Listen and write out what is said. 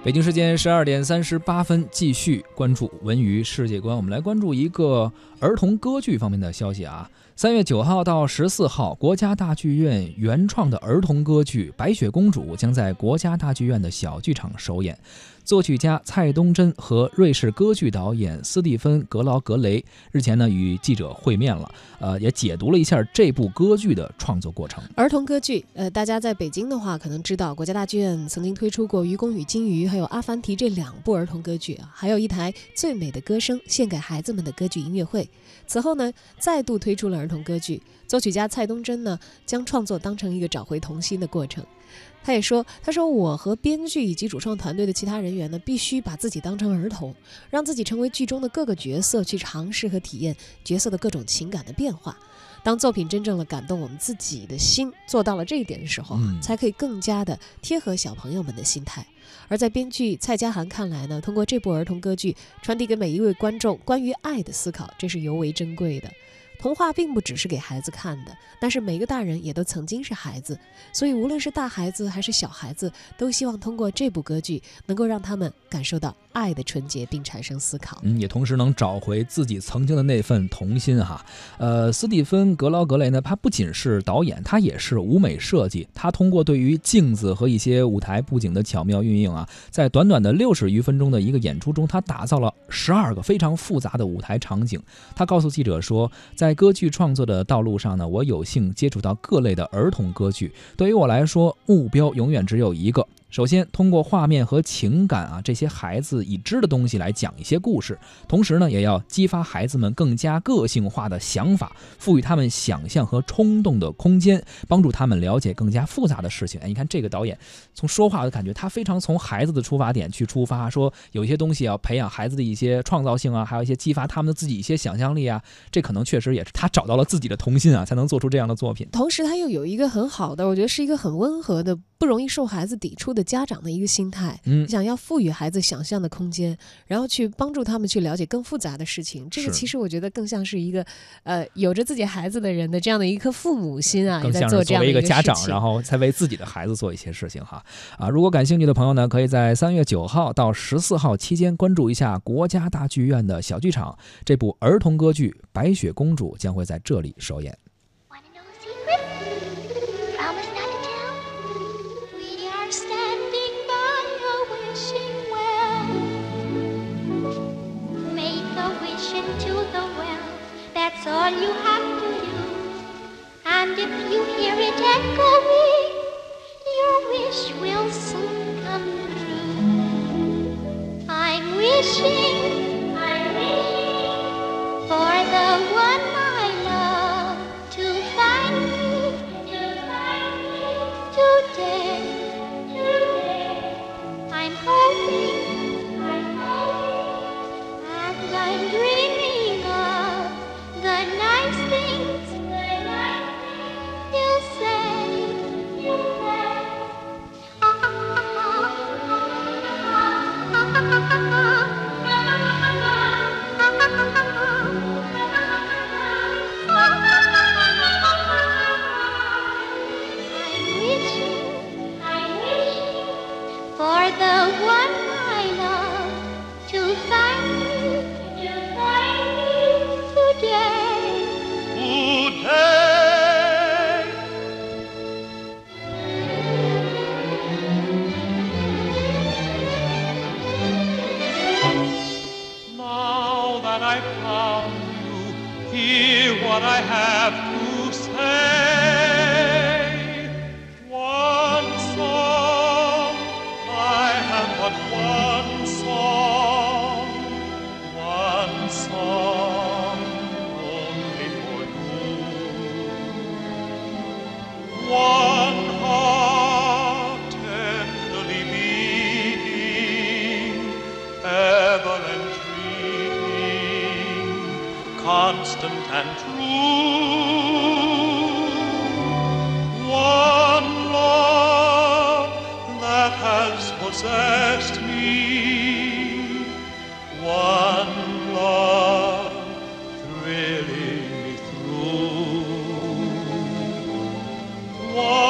北京时间12:38，继续关注文娱世界观。我们来关注一个儿童歌剧方面的消息啊。3月9号到14号，国家大剧院原创的儿童歌剧《白雪公主》将在国家大剧院的小剧场首演。作曲家蔡东真和瑞士歌剧导演斯蒂芬·格劳格雷日前呢与记者会面了，也解读了一下这部歌剧的创作过程。 儿童歌剧，大家在北京的话可能知道，国家大剧院曾经推出过《愚公与金鱼》还有《阿凡提》这2部儿童歌剧啊，还有一台《最美的歌声》献给孩子们的歌剧音乐会。此后呢，再度推出了儿童歌剧，作曲家蔡东真呢将创作当成一个找回童心的过程。他也说我和编剧以及主创团队的其他人员呢，必须把自己当成儿童，让自己成为剧中的各个角色，去尝试和体验角色的各种情感的变化。当作品真正的感动我们自己的心，做到了这一点的时候，才可以更加的贴合小朋友们的心态。而在编剧蔡家涵看来呢，通过这部儿童歌剧传递给每一位观众关于爱的思考，这是尤为珍贵的。童话并不只是给孩子看的，但是每个大人也都曾经是孩子，所以无论是大孩子还是小孩子，都希望通过这部歌剧能够让他们感受到爱的纯洁，并产生思考。 也同时能找回自己曾经的那份童心哈。斯蒂芬·格劳格雷呢，他不仅是导演，他也是舞美设计。他通过对于镜子和一些舞台布景的巧妙运用啊，在短短的60余分钟的一个演出中，他打造了12个非常复杂的舞台场景。他告诉记者说，在歌剧创作的道路上呢，我有幸接触到各类的儿童歌剧。对于我来说，目标永远只有一个。首先，通过画面和情感啊，这些孩子已知的东西来讲一些故事，同时呢，也要激发孩子们更加个性化的想法，赋予他们想象和冲动的空间，帮助他们了解更加复杂的事情。你看这个导演从说话的感觉，他非常从孩子的出发点去出发，说有一些东西要培养孩子的一些创造性啊，还有一些激发他们的自己一些想象力啊，这可能确实也是他找到了自己的童心啊，才能做出这样的作品。 同时他又有一个很好的，我觉得是一个很温和的，不容易受孩子抵触的家长的一个心态，想要赋予孩子想象的空间，然后去帮助他们去了解更复杂的事情。这个其实我觉得更像是一个有着自己孩子的人的这样的一颗父母心啊， 更像是作为一个家长，然后才为自己的孩子做一些事情哈。如果感兴趣的朋友呢，可以在3月9号到14号期间关注一下国家大剧院的小剧场，这部儿童歌剧《白雪公主》将会在这里首演。 That's all you have to do. And if you hear it echoing, your wish will soon come true. I'm wishing for the one I love to find me today. I'm hoping and I'm dreaming of the nice things you'll say. I'm wishing for the one I love to find me today. Now that I've found you, hear what I have to say. One song, I have but one song, only for you. One heart tenderly beating, ever entreating, constant and true. One love that has possessed me, one love thrilling me through. One